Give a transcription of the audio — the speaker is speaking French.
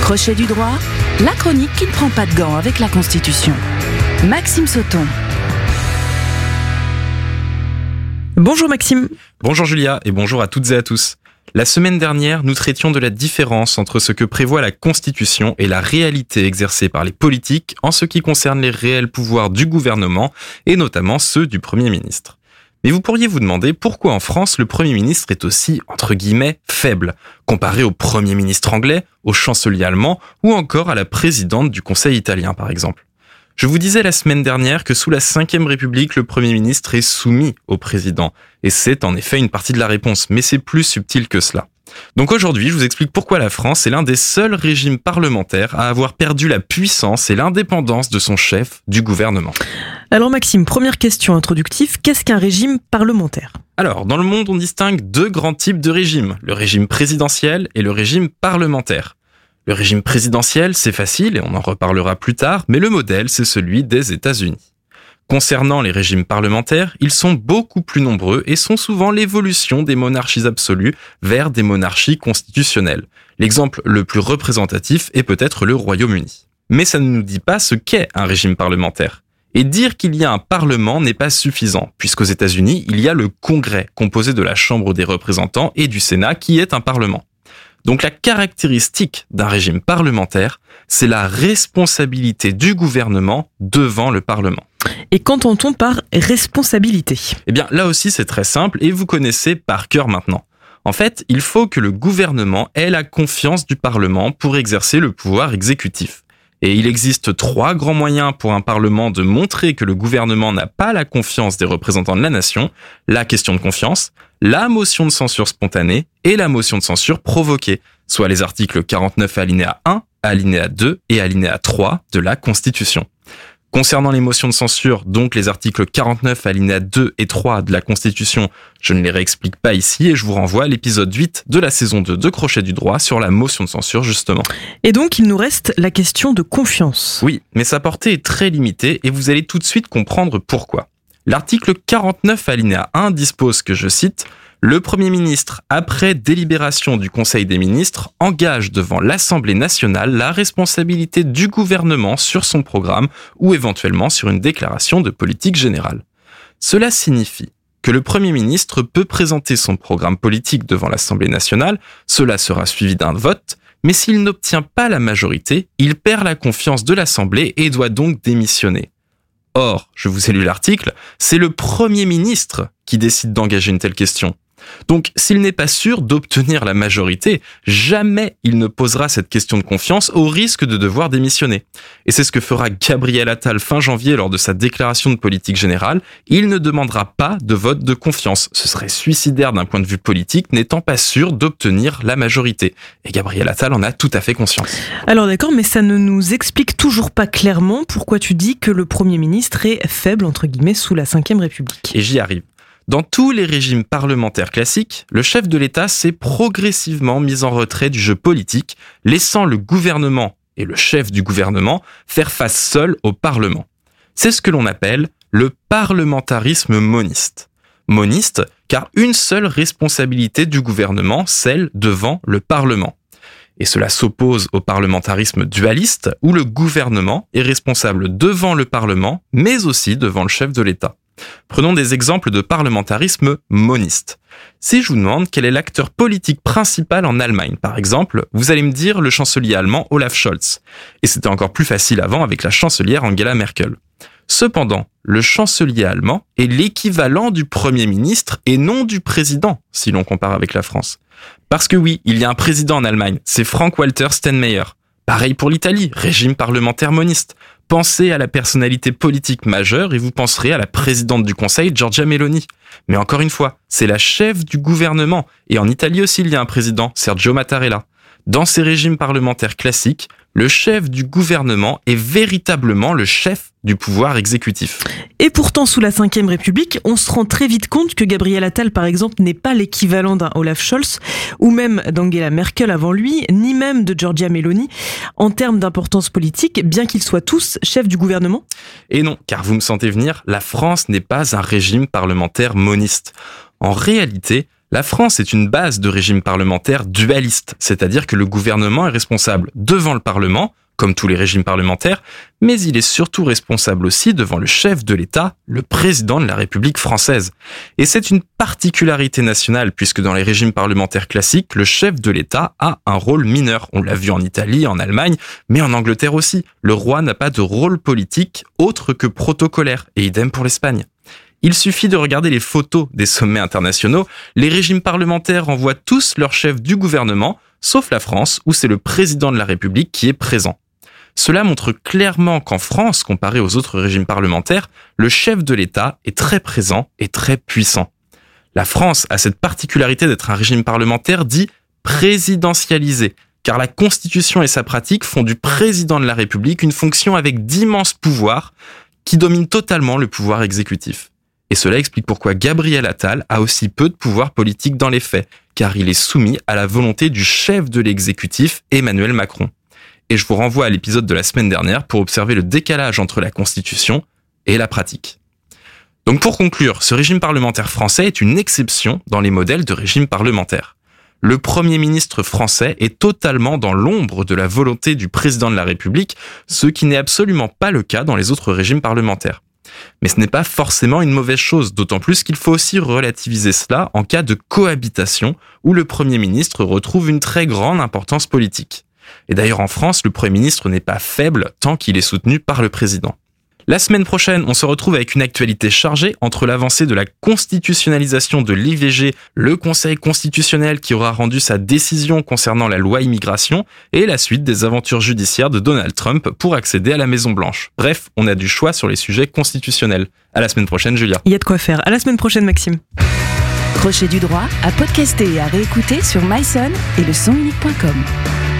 Crochet du droit, la chronique qui ne prend pas de gants avec la Constitution. Maxime Sauton. Bonjour Maxime. Bonjour Julia et bonjour à toutes et à tous. La semaine dernière, nous traitions de la différence entre ce que prévoit la Constitution et la réalité exercée par les politiques en ce qui concerne les réels pouvoirs du gouvernement et notamment ceux du Premier ministre. Mais vous pourriez vous demander pourquoi en France le Premier ministre est aussi, entre guillemets, faible, comparé au Premier ministre anglais, au chancelier allemand ou encore à la présidente du Conseil italien par exemple. Je vous disais la semaine dernière que sous la Ve République, le Premier ministre est soumis au président. Et c'est en effet une partie de la réponse, mais c'est plus subtil que cela. Donc aujourd'hui, je vous explique pourquoi la France est l'un des seuls régimes parlementaires à avoir perdu la puissance et l'indépendance de son chef du gouvernement. Alors Maxime, première question introductive, qu'est-ce qu'un régime parlementaire ? Alors, dans le monde, on distingue deux grands types de régimes, le régime présidentiel et le régime parlementaire. Le régime présidentiel, c'est facile et on en reparlera plus tard, mais le modèle, c'est celui des États-Unis. Concernant les régimes parlementaires, ils sont beaucoup plus nombreux et sont souvent l'évolution des monarchies absolues vers des monarchies constitutionnelles. L'exemple le plus représentatif est peut-être le Royaume-Uni. Mais ça ne nous dit pas ce qu'est un régime parlementaire. Et dire qu'il y a un parlement n'est pas suffisant, puisqu'aux États-Unis, il y a le Congrès, composé de la Chambre des représentants et du Sénat, qui est un parlement. Donc la caractéristique d'un régime parlementaire, c'est la responsabilité du gouvernement devant le Parlement. Et qu'entend-on par responsabilité ? Eh bien là aussi c'est très simple et vous connaissez par cœur maintenant. En fait, il faut que le gouvernement ait la confiance du Parlement pour exercer le pouvoir exécutif. Et il existe 3 grands moyens pour un Parlement de montrer que le gouvernement n'a pas la confiance des représentants de la nation, la question de confiance, la motion de censure spontanée et la motion de censure provoquée, soit les articles 49 alinéa 1, alinéa 2 et alinéa 3 de la Constitution. Concernant les motions de censure, donc les articles 49, alinéa 2 et 3 de la Constitution, je ne les réexplique pas ici et je vous renvoie à l'épisode 8 de la saison 2 de Crochet du droit sur la motion de censure justement. Et donc il nous reste la question de confiance. Oui, mais sa portée est très limitée et vous allez tout de suite comprendre pourquoi. L'article 49, alinéa 1 dispose que, je cite, « Le Premier ministre, après délibération du Conseil des ministres, engage devant l'Assemblée nationale la responsabilité du gouvernement sur son programme ou éventuellement sur une déclaration de politique générale. » Cela signifie que le Premier ministre peut présenter son programme politique devant l'Assemblée nationale, cela sera suivi d'un vote, mais s'il n'obtient pas la majorité, il perd la confiance de l'Assemblée et doit donc démissionner. Or, je vous ai lu l'article, c'est le Premier ministre qui décide d'engager une telle question. Donc, s'il n'est pas sûr d'obtenir la majorité, jamais il ne posera cette question de confiance au risque de devoir démissionner. Et c'est ce que fera Gabriel Attal fin janvier lors de sa déclaration de politique générale. Il ne demandera pas de vote de confiance. Ce serait suicidaire d'un point de vue politique, n'étant pas sûr d'obtenir la majorité. Et Gabriel Attal en a tout à fait conscience. Alors d'accord, mais ça ne nous explique toujours pas clairement pourquoi tu dis que le Premier ministre est faible, entre guillemets, sous la Ve République. Et j'y arrive. Dans tous les régimes parlementaires classiques, le chef de l'État s'est progressivement mis en retrait du jeu politique, laissant le gouvernement et le chef du gouvernement faire face seul au Parlement. C'est ce que l'on appelle le parlementarisme moniste. Moniste, car une seule responsabilité du gouvernement, celle devant le Parlement. Et cela s'oppose au parlementarisme dualiste, où le gouvernement est responsable devant le Parlement, mais aussi devant le chef de l'État. Prenons des exemples de parlementarisme moniste. Si je vous demande quel est l'acteur politique principal en Allemagne, par exemple, vous allez me dire le chancelier allemand Olaf Scholz. Et c'était encore plus facile avant avec la chancelière Angela Merkel. Cependant, le chancelier allemand est l'équivalent du Premier ministre et non du président, si l'on compare avec la France. Parce que oui, il y a un président en Allemagne, c'est Frank-Walter Steinmeier. Pareil pour l'Italie, régime parlementaire moniste. Pensez à la personnalité politique majeure et vous penserez à la présidente du Conseil, Giorgia Meloni. Mais encore une fois, c'est la chef du gouvernement. Et en Italie aussi, il y a un président, Sergio Mattarella. Dans ces régimes parlementaires classiques, le chef du gouvernement est véritablement le chef du pouvoir exécutif. Et pourtant, sous la Ve République, on se rend très vite compte que Gabriel Attal, par exemple, n'est pas l'équivalent d'un Olaf Scholz, ou même d'Angela Merkel avant lui, ni même de Giorgia Meloni, en termes d'importance politique, bien qu'ils soient tous chefs du gouvernement. Et non, car vous me sentez venir, la France n'est pas un régime parlementaire moniste. En réalité, La France est une base de régime parlementaire dualiste, c'est-à-dire que le gouvernement est responsable devant le Parlement, comme tous les régimes parlementaires, mais il est surtout responsable aussi devant le chef de l'État, le président de la République française. Et c'est une particularité nationale, puisque dans les régimes parlementaires classiques, le chef de l'État a un rôle mineur. On l'a vu en Italie, en Allemagne, mais en Angleterre aussi. Le roi n'a pas de rôle politique autre que protocolaire, et idem pour l'Espagne. Il suffit de regarder les photos des sommets internationaux. Les régimes parlementaires envoient tous leur chef du gouvernement, sauf la France, où c'est le président de la République qui est présent. Cela montre clairement qu'en France, comparé aux autres régimes parlementaires, le chef de l'État est très présent et très puissant. La France a cette particularité d'être un régime parlementaire dit présidentialisé, car la Constitution et sa pratique font du président de la République une fonction avec d'immenses pouvoirs qui dominent totalement le pouvoir exécutif. Et cela explique pourquoi Gabriel Attal a aussi peu de pouvoir politique dans les faits, car il est soumis à la volonté du chef de l'exécutif, Emmanuel Macron. Et je vous renvoie à l'épisode de la semaine dernière pour observer le décalage entre la Constitution et la pratique. Donc pour conclure, ce régime parlementaire français est une exception dans les modèles de régime parlementaire. Le Premier ministre français est totalement dans l'ombre de la volonté du président de la République, ce qui n'est absolument pas le cas dans les autres régimes parlementaires. Mais ce n'est pas forcément une mauvaise chose, d'autant plus qu'il faut aussi relativiser cela en cas de cohabitation où le Premier ministre retrouve une très grande importance politique. Et d'ailleurs en France, le Premier ministre n'est pas faible tant qu'il est soutenu par le président. La semaine prochaine, on se retrouve avec une actualité chargée entre l'avancée de la constitutionnalisation de l'IVG, le Conseil constitutionnel qui aura rendu sa décision concernant la loi immigration et la suite des aventures judiciaires de Donald Trump pour accéder à la Maison-Blanche. Bref, on a du choix sur les sujets constitutionnels. À la semaine prochaine, Julia. Il y a de quoi faire. À la semaine prochaine, Maxime. Crochet du droit à podcaster et à réécouter sur myson et le sonunique.com.